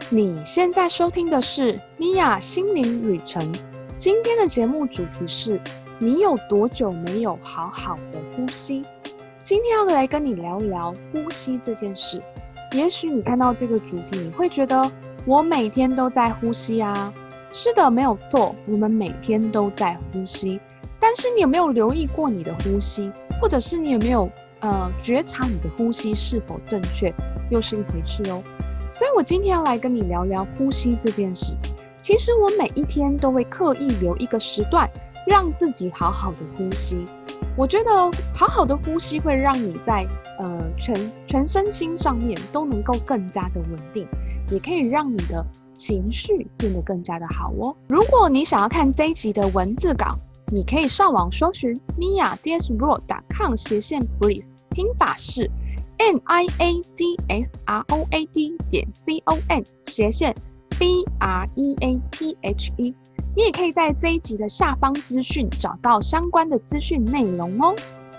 你现在收听的是米娅心灵旅程。今天的节目主题是：你有多久没有好好的呼吸？今天要来跟你聊一聊呼吸这件事。也许你看到这个主题，你会觉得我每天都在呼吸啊。是的，没有错，我们每天都在呼吸。但是你有没有留意过你的呼吸，或者是你有没有觉察你的呼吸是否正确，又是一回事哦。所以我今天要来跟你聊聊呼吸这件事。其实我每一天都会刻意留一个时段，让自己好好的呼吸。我觉得好好的呼吸会让你在全身心上面都能够更加的稳定，也可以让你的情绪变得更加的好哦。如果你想要看这一集的文字稿，你可以上网搜寻 miadsroad.com/breathe， 拼法是miadsroad.com/breathe。你也可以在这一集的下方资讯找到相关的资讯内容哦。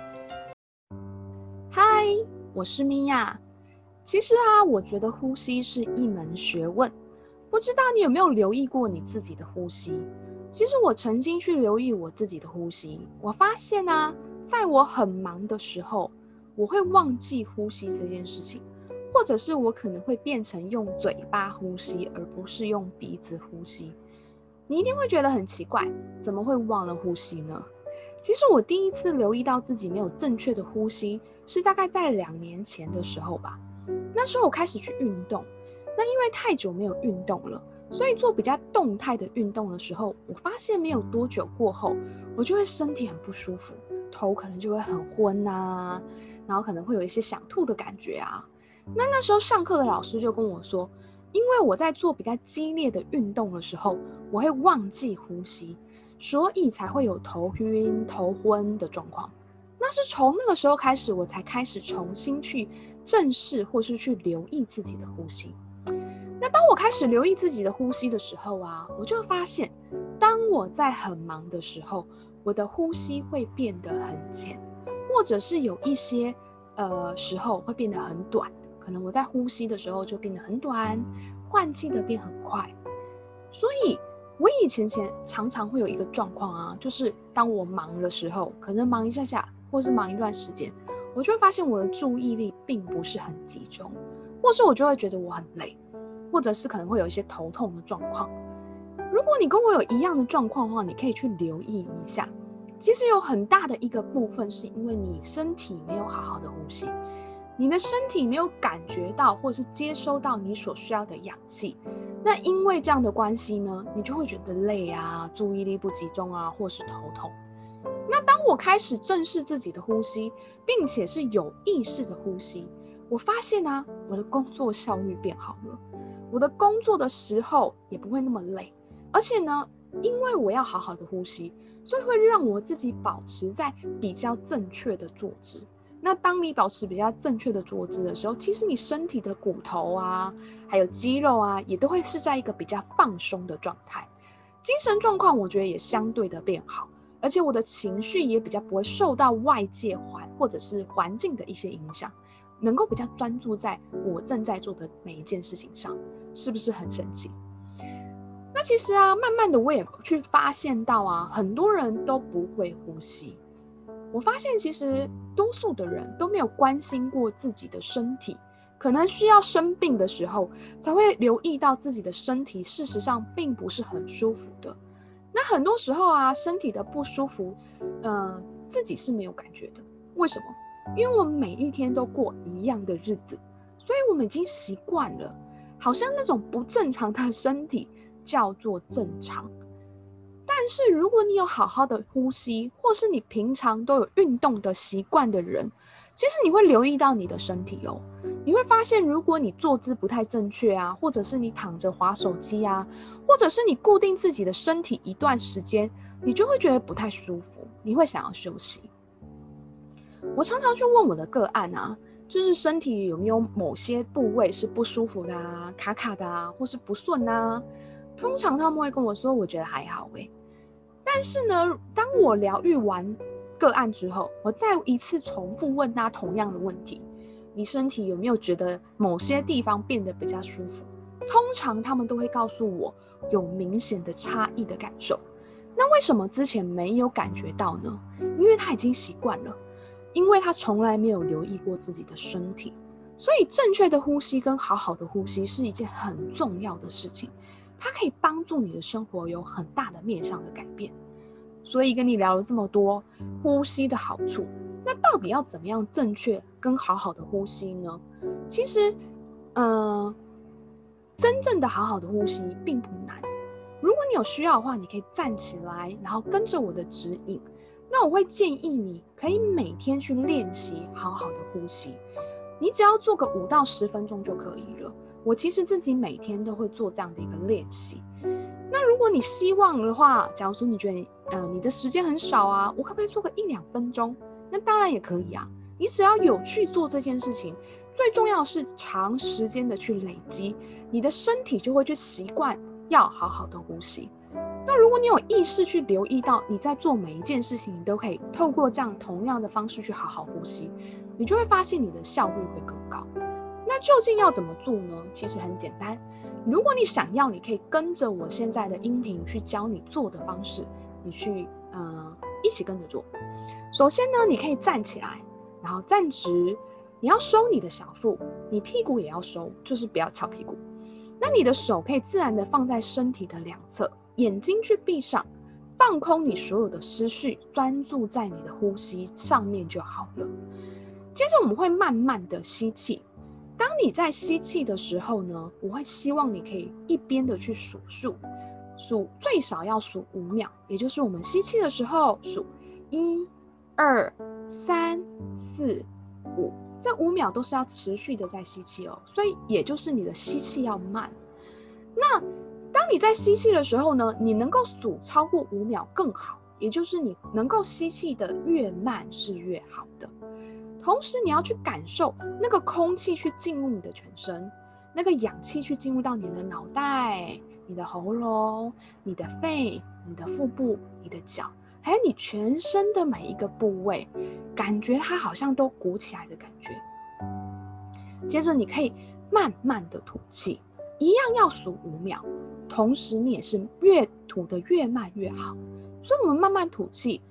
嗨，我是米娅。其实我觉得呼吸是一门学问，不知道你有没有留意过你自己的呼吸？其实我曾经去留意我自己的呼吸，我发现在我很忙的时候，我会忘记呼吸这件事情，或者是我可能会变成用嘴巴呼吸，而不是用鼻子呼吸。你一定会觉得很奇怪，怎么会忘了呼吸呢？其实我第一次留意到自己没有正确的呼吸，是大概在2年前的时候吧。那时候我开始去运动，那因为太久没有运动了，所以做比较动态的运动的时候，我发现没有多久过后，我就会身体很不舒服，头可能就会很昏然后可能会有一些想吐的感觉那时候上课的老师就跟我说，因为我在做比较激烈的运动的时候，我会忘记呼吸，所以才会有头晕、头昏的状况。那是从那个时候开始，我才开始重新去正视或是去留意自己的呼吸。那当我开始留意自己的呼吸的时候我就发现，当我在很忙的时候，我的呼吸会变得很浅，或者是有一些时候会变得很短，可能我在呼吸的时候就变得很短，换气的变很快。所以我以前常常会有一个状况就是当我忙的时候，可能忙一下下，或是忙一段时间，我就会发现我的注意力并不是很集中，或是我就会觉得我很累，或者是可能会有一些头痛的状况。如果你跟我有一样的状况的话，你可以去留意一下。其实有很大的一个部分是因为你身体没有好好的呼吸，你的身体没有感觉到或是接收到你所需要的氧气。那因为这样的关系呢，你就会觉得累注意力不集中或是头痛。那当我开始正视自己的呼吸，并且是有意识的呼吸，我发现我的工作效率变好了，我的工作的时候也不会那么累，而且呢，因为我要好好的呼吸，所以会让我自己保持在比较正确的坐姿。那当你保持比较正确的坐姿的时候，其实你身体的骨头还有肌肉也都会是在一个比较放松的状态，精神状况我觉得也相对的变好，而且我的情绪也比较不会受到外界或者是环境的一些影响，能够比较专注在我正在做的每一件事情上，是不是很神奇？那其实慢慢的我也去发现到很多人都不会呼吸。我发现其实多数的人都没有关心过自己的身体，可能需要生病的时候才会留意到自己的身体事实上并不是很舒服的。那很多时候身体的不舒服自己是没有感觉的。为什么？因为我们每一天都过一样的日子，所以我们已经习惯了，好像那种不正常的身体叫做正常。但是如果你有好好的呼吸，或是你平常都有运动的习惯的人，其实你会留意到你的身体你会发现如果你坐姿不太正确或者是你躺着滑手机或者是你固定自己的身体一段时间，你就会觉得不太舒服，你会想要休息。我常常去问我的个案就是身体有没有某些部位是不舒服的卡卡的或是不顺通常他们会跟我说我觉得还好但是呢，当我疗愈完个案之后，我再一次重复问他同样的问题，你身体有没有觉得某些地方变得比较舒服？ 通常他们都会告诉我有明显的差异的感受。那为什么之前没有感觉到呢？因为他已经习惯了，因为他从来没有留意过自己的身体。所以正确的呼吸跟好好的呼吸是一件很重要的事情，它可以帮助你的生活有很大的面向的改变。所以跟你聊了这么多呼吸的好处，那到底要怎么样正确跟好好的呼吸呢？其实真正的好好的呼吸并不难。如果你有需要的话，你可以站起来，然后跟着我的指引。那我会建议你可以每天去练习好好的呼吸，你只要做个5到10分钟就可以了。我其实自己每天都会做这样的一个练习。那如果你希望的话，假如说你觉得你的时间很少啊，我可不可以做个1-2分钟？那当然也可以啊。你只要有去做这件事情，最重要的是长时间的去累积，你的身体就会去习惯要好好的呼吸。那如果你有意识去留意到你在做每一件事情，你都可以透过这样同样的方式去好好呼吸，你就会发现你的效率会更高。那究竟要怎么做呢？其实很简单，如果你想要，你可以跟着我现在的音频去教你做的方式，你去一起跟着做。首先呢，你可以站起来，然后站直，你要收你的小腹，你屁股也要收，就是不要翘屁股。那你的手可以自然的放在身体的两侧，眼睛去闭上，放空你所有的思绪，专注在你的呼吸上面就好了。接着我们会慢慢的吸气，当你在吸气的时候呢，我会希望你可以一边的去数最少要数5秒，也就是我们吸气的时候数1、2、3、4、5，这5秒都是要持续的在吸气哦，所以也就是你的吸气要慢。那当你在吸气的时候呢，你能够数超过5秒更好，也就是你能够吸气的越慢是越好的。同时你要去感受那个空气去进入你的全身，那个氧气去进入到你的脑袋、你的喉咙、你的肺、你的腹部、你的脚，还有你全身的每一个部位，感觉它好像都鼓起来的感觉。接着你可以慢慢的吐气，一样要数5秒，同时你也是越吐得越慢越好。所以我们慢慢吐气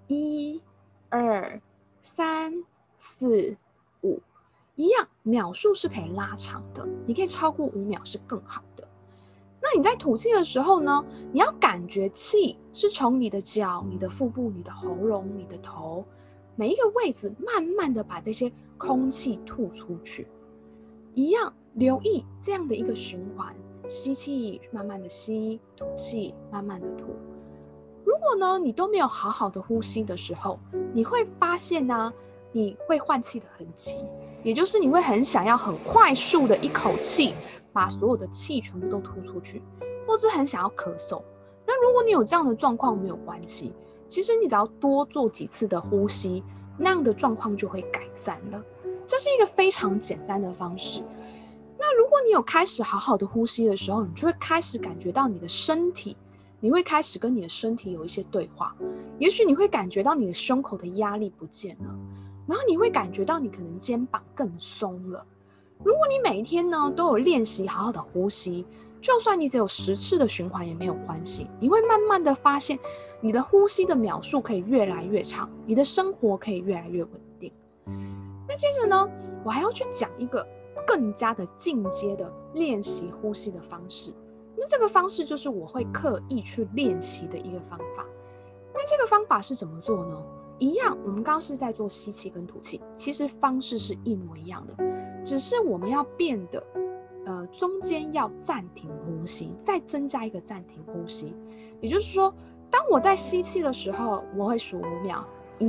，1、2、3、4、5，一样秒数是可以拉长的，你可以超过5秒是更好的。那你在吐气的时候呢，你要感觉气是从你的脚、你的腹部、你的喉咙、你的头每一个位置，慢慢的把这些空气吐出去。一样留意这样的一个循环，吸气慢慢的吸，吐气慢慢的吐。如果呢你都没有好好的呼吸的时候，你会发现呢，你会换气的很急，也就是你会很想要很快速的一口气把所有的气全部都吐出去，或是很想要咳嗽。那如果你有这样的状况没有关系，其实你只要多做几次的呼吸，那样的状况就会改善了。这是一个非常简单的方式。那如果你有开始好好的呼吸的时候，你就会开始感觉到你的身体，你会开始跟你的身体有一些对话。也许你会感觉到你的胸口的压力不见了，然后你会感觉到你可能肩膀更松了。如果你每一天呢都有练习好好的呼吸，就算你只有10次的循环也没有关系，你会慢慢的发现你的呼吸的秒数可以越来越长，你的生活可以越来越稳定。那接着呢，我还要去讲一个更加的进阶的练习呼吸的方式。那这个方式就是我会刻意去练习的一个方法。那这个方法是怎么做呢？一样，我们刚刚是在做吸气跟吐气，其实方式是一模一样的，只是我们要变得中间要暂停呼吸，再增加一个暂停呼吸。也就是说，当我在吸气的时候，我会数5秒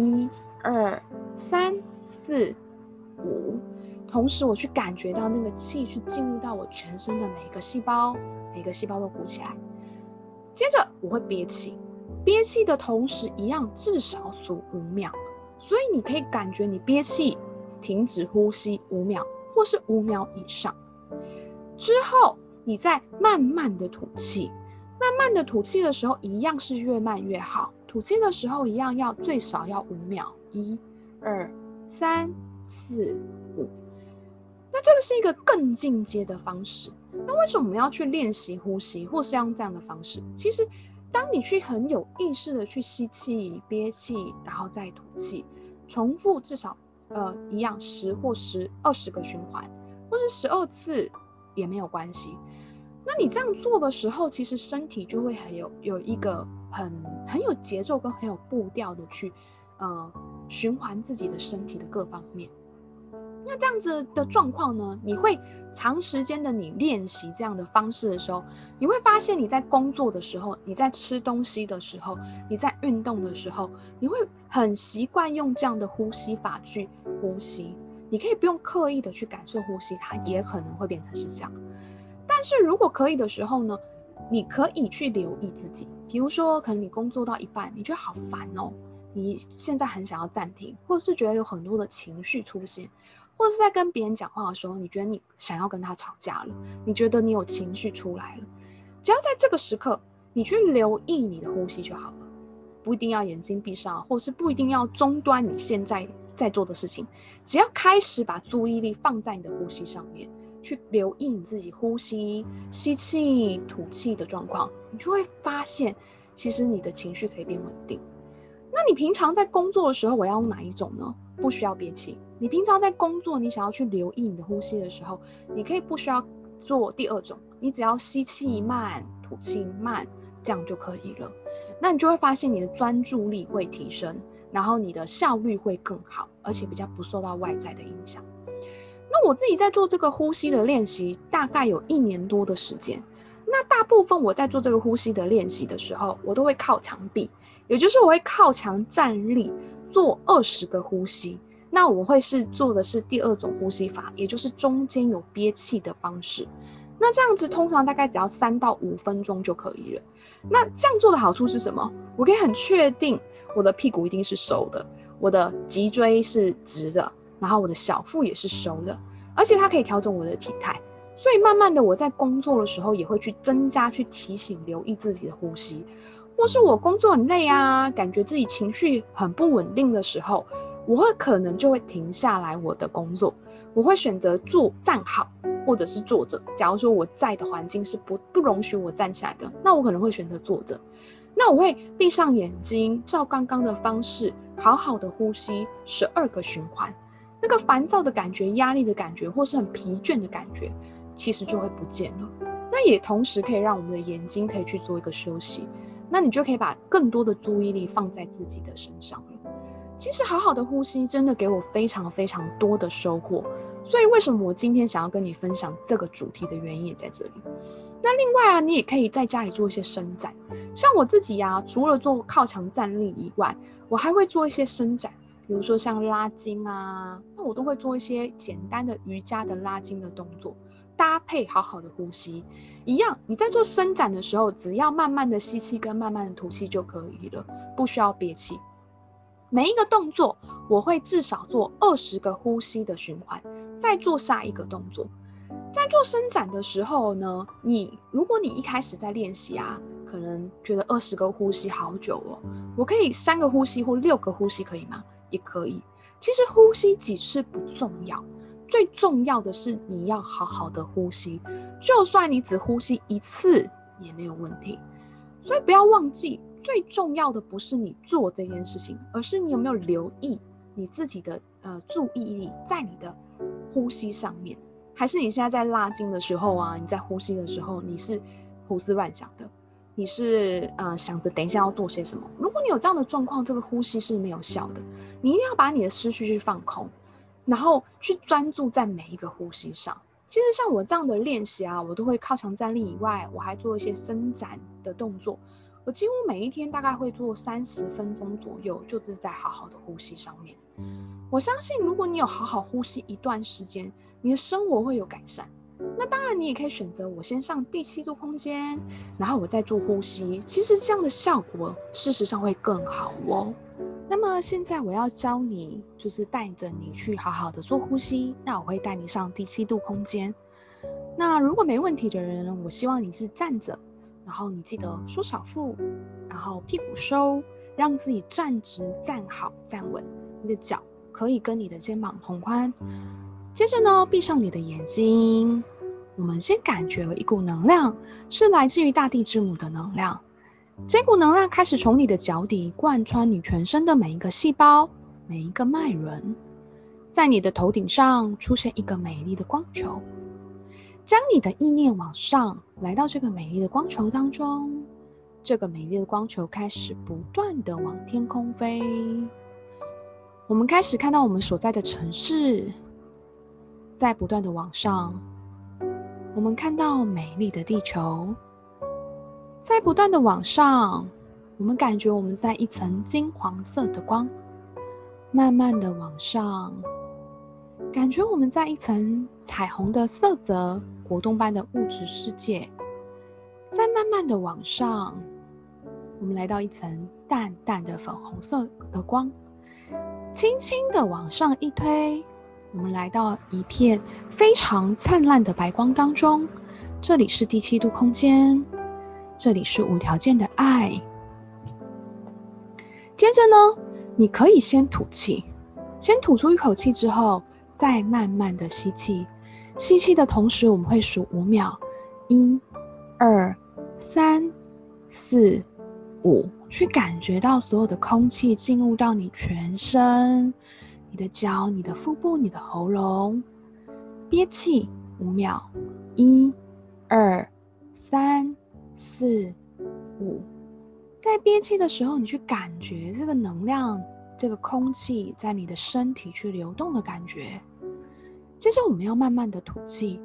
，1、2、3、4、5，同时我去感觉到那个气去进入到我全身的每一个细胞，每个细胞都鼓起来。接着我会憋气，憋气的同时一样至少数5秒，所以你可以感觉你憋气停止呼吸5秒或是5秒以上。之后你再慢慢的吐气，慢慢的吐气的时候一样是越慢越好，吐气的时候一样要最少要5秒，1、2、3、4、5。那那这个是一个更进阶的方式。那为什么我们要去练习呼吸，或是要用这样的方式？其实，当你去很有意识的去吸气、憋气，然后再吐气，重复至少一样10或20个循环，或是12次也没有关系。那你这样做的时候，其实身体就会有一个很有节奏跟很有步调的去循环自己的身体的各方面。那这样子的状况呢，你会长时间的你练习这样的方式的时候，你会发现你在工作的时候，你在吃东西的时候，你在运动的时候，你会很习惯用这样的呼吸法去呼吸。你可以不用刻意的去感受呼吸，它也可能会变成是这样。但是如果可以的时候呢，你可以去留意自己，比如说可能你工作到一半，你觉得好烦哦，你现在很想要暂停，或者是觉得有很多的情绪出现，或者是在跟别人讲话的时候，你觉得你想要跟他吵架了，你觉得你有情绪出来了，只要在这个时刻，你去留意你的呼吸就好了，不一定要眼睛闭上，或是不一定要中断你现在在做的事情，只要开始把注意力放在你的呼吸上面，去留意你自己呼吸、吸气、吐气的状况，你就会发现，其实你的情绪可以变稳定。那你平常在工作的时候，我要用哪一种呢？不需要憋气。你平常在工作，你想要去留意你的呼吸的时候，你可以不需要做第二种，你只要吸气慢，吐气慢，这样就可以了。那你就会发现你的专注力会提升，然后你的效率会更好，而且比较不受到外在的影响。那我自己在做这个呼吸的练习，大概有1年多的时间。那大部分我在做这个呼吸的练习的时候，我都会靠墙壁，也就是我会靠墙站立，做20个呼吸。那我会做的是第二种呼吸法，也就是中间有憋气的方式。那这样子通常大概只要3到5分钟就可以了。那这样做的好处是什么？我可以很确定我的屁股一定是收的，我的脊椎是直的，然后我的小腹也是收的，而且它可以调整我的体态。所以慢慢的我在工作的时候也会去增加去提醒留意自己的呼吸，或是我工作很累啊，感觉自己情绪很不稳定的时候，我会可能就会停下来我的工作，我会选择站好或者是坐着。假如说我在的环境是不容许我站起来的，那我可能会选择坐着。那我会闭上眼睛，照刚刚的方式好好的呼吸12个循环，那个烦躁的感觉、压力的感觉，或是很疲倦的感觉，其实就会不见了。那也同时可以让我们的眼睛可以去做一个休息，那你就可以把更多的注意力放在自己的身上了。其实好好的呼吸真的给我非常非常多的收获，所以为什么我今天想要跟你分享这个主题的原因也在这里。那另外啊，你也可以在家里做一些伸展，像我自己啊，除了做靠墙站立以外，我还会做一些伸展，比如说像拉筋啊，那我都会做一些简单的瑜伽的拉筋的动作，搭配好好的呼吸。一样，你在做伸展的时候，只要慢慢的吸气跟慢慢的吐气就可以了，不需要憋气。每一个动作我会至少做20个呼吸的循环，再做下一个动作。在做伸展的时候呢，如果你一开始在练习啊，可能觉得20个呼吸好久哦，我可以3个呼吸或6个呼吸可以吗？也可以。其实呼吸几次不重要，最重要的是你要好好的呼吸，就算你只呼吸1次也没有问题。所以不要忘记，最重要的不是你做这件事情，而是你有没有留意你自己的注意力在你的呼吸上面，还是你现在在拉筋的时候啊，你在呼吸的时候你是胡思乱想的，你是想着等一下要做些什么。如果你有这样的状况，这个呼吸是没有效的，你一定要把你的思绪去放空，然后去专注在每一个呼吸上。其实像我这样的练习啊，我都会靠墙站立以外，我还做一些伸展的动作。我几乎每一天大概会做30分钟左右，就是在好好的呼吸上面。我相信如果你有好好呼吸一段时间，你的生活会有改善。那当然你也可以选择我先上第7度空间，然后我再做呼吸，其实这样的效果事实上会更好哦。那么现在我要教你，就是带着你去好好的做呼吸。那我会带你上第7度空间。那如果没问题的人呢，我希望你是站着，然后你记得缩小腹，然后屁股收，让自己站直、站好、站稳。你的脚可以跟你的肩膀同宽。 接着呢，闭上你的眼睛，我们先感觉了一股能量，是来自于大地之母的能量。这股能量开始从你的脚底贯穿你全身的每一个细胞、每一个脉轮，在你的头顶上出现一个美丽的光球。将你的意念往上，来到这个美丽的光球当中。这个美丽的光球开始不断的往天空飞。我们开始看到我们所在的城市，在不断的往上。我们看到美丽的地球，在不断的往上。我们感觉我们在一层金黄色的光，慢慢的往上，感觉我们在一层彩虹的色泽，果冻般的物质世界。再慢慢的往上，我们来到一层淡淡的粉红色的光，轻轻的往上一推，我们来到一片非常灿烂的白光当中。这里是第7度空间，这里是无条件的爱。接着呢，你可以先吐气，先吐出一口气之后，再慢慢的吸气。吸气的同时，我们会数5秒，1、2、3、4、5，去感觉到所有的空气进入到你全身，你的脚、你的腹部、你的喉咙。憋气5秒，1、2、3、4、5。在憋气的时候，你去感觉这个能量、这个空气在你的身体去流动的感觉。接着我们要慢慢的吐气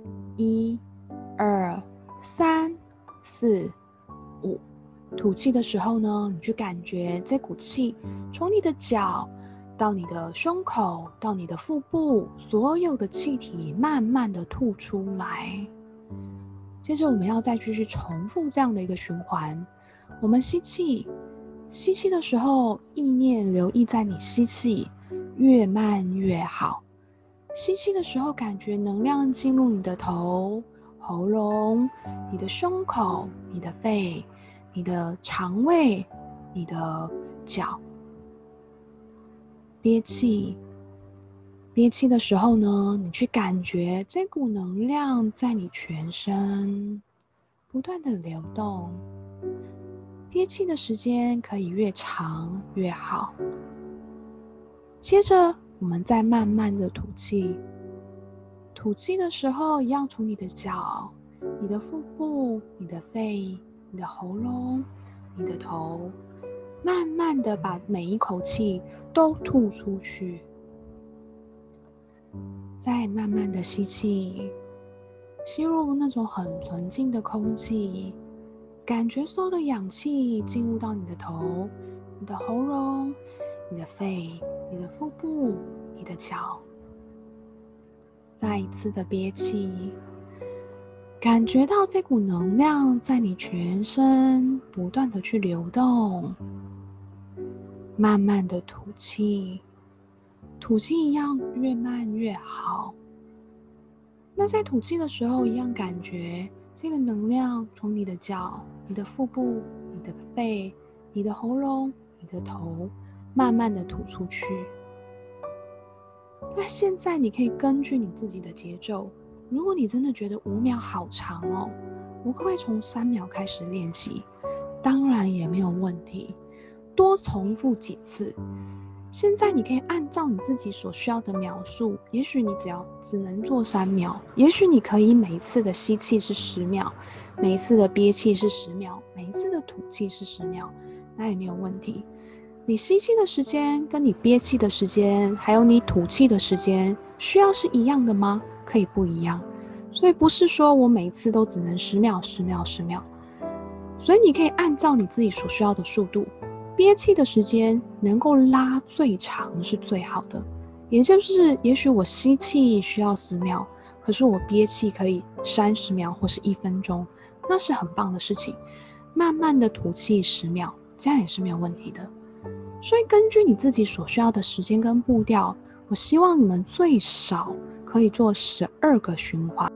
，1、2、3、4、5。吐气的时候呢，你去感觉这股气从你的脚到你的胸口到你的腹部，所有的气体慢慢的吐出来。接着我们要再继续重复这样的一个循环。我们吸气，吸气的时候意念留意在你吸气，越慢越好。吸气的时候感觉能量进入你的头、喉咙、你的胸口、你的肺、你的肠胃、你的脚。憋气，憋气的时候呢，你去感觉这股能量在你全身不断的流动。憋气的时间可以越长越好。接着我们再慢慢的吐气，吐气的时候一样从你的脚、你的腹部、你的肺、你的喉咙、你的头，慢慢的把每一口气都吐出去。再慢慢的吸气，吸入那种很纯净的空气，感觉所有的氧气进入到你的头、你的喉咙、你的肺、你的腹部、你的脚。再一次的憋气，感觉到这股能量在你全身不断的去流动。慢慢的吐气，吐气一样越慢越好。那在吐气的时候，一样感觉这个能量从你的脚、你的腹部、你的肺、你的喉咙、你的头，慢慢的吐出去。那现在你可以根据你自己的节奏，如果你真的觉得5秒好长哦，我可不可以从3秒开始练习？当然也没有问题，多重复几次。现在你可以按照你自己所需要的秒数，也许你只能做3秒，也许你可以每一次的吸气是10秒，每一次的憋气是10秒，每一次的吐气是10秒，那也没有问题。你吸气的时间跟你憋气的时间，还有你吐气的时间，需要是一样的吗？可以不一样。所以不是说我每一次都只能10秒、10秒、10秒。所以你可以按照你自己所需要的速度，憋气的时间能够拉最长是最好的。也就是也许我吸气需要10秒，可是我憋气可以30秒或是1分钟，那是很棒的事情。慢慢的吐气10秒，这样也是没有问题的。所以根据你自己所需要的时间跟步调，我希望你们最少可以做12个循环。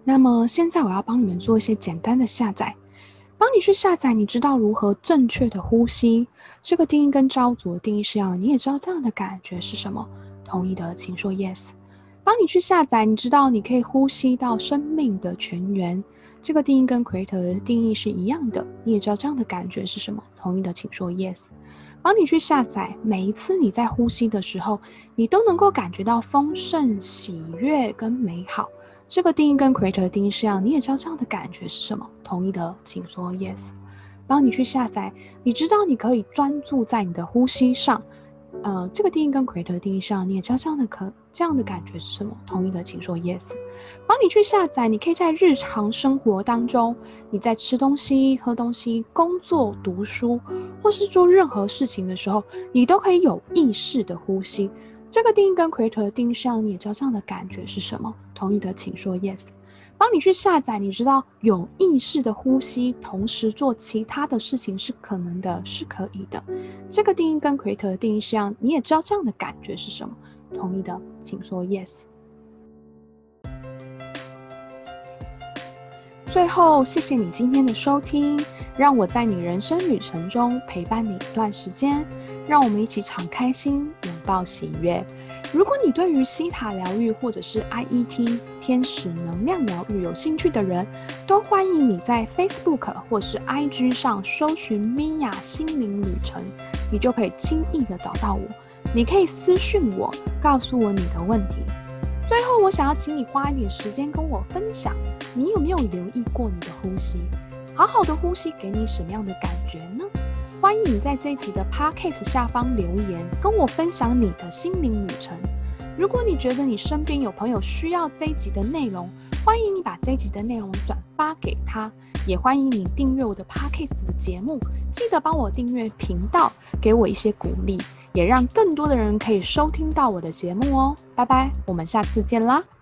那么现在我要帮你们做一些简单的下载，帮你去下载，你知道如何正确的呼吸。这个定义跟朝组的定义是要，你也知道这样的感觉是什么？同意的请说 yes。帮你去下载，你知道你可以呼吸到生命的泉源。这个定义跟 Creator 的定义是一样的，你也知道这样的感觉是什么？同意的请说 yes。帮你去下载，每一次你在呼吸的时候，你都能够感觉到丰盛、喜悦跟美好。这个定义跟 Creator 的定义是一样，你也知道这样的感觉是什么？同意的请说 yes。帮你去下载，你知道你可以专注在你的呼吸上。这个定义跟 Creator 的定义上，你也知道这样的感觉是什么？同意的请说 yes。帮你去下载，你可以在日常生活当中，你在吃东西、喝东西、工作、读书，或是做任何事情的时候，你都可以有意识的呼吸。这个定义跟 Creator 的定义上，你也知道这样的感觉是什么？同意的请说 yes。帮你去下载，你知道有意识的呼吸，同时做其他的事情是可能的，是可以的。这个定义跟 Creator 的定义是一样，你也知道这样的感觉是什么？同意的请说 yes。最后，谢谢你今天的收听，让我在你人生旅程中陪伴你一段时间，让我们一起敞开心，拥抱喜悦。如果你对于西塔疗愈或者是 IET 天使能量疗愈有兴趣的人，都欢迎你在 Facebook 或是 IG 上搜寻 Mia 心灵旅程，你就可以轻易的找到我。你可以私讯我，告诉我你的问题。最后，我想要请你花一点时间跟我分享，你有没有留意过你的呼吸？好好的呼吸给你什么样的感觉呢？欢迎你在这一集的 Podcast 下方留言，跟我分享你的心灵旅程。如果你觉得你身边有朋友需要这一集的内容，欢迎你把这一集的内容转发给他，也欢迎你订阅我的 Podcast 的节目，记得帮我订阅频道，给我一些鼓励，也让更多的人可以收听到我的节目哦。拜拜，我们下次见啦。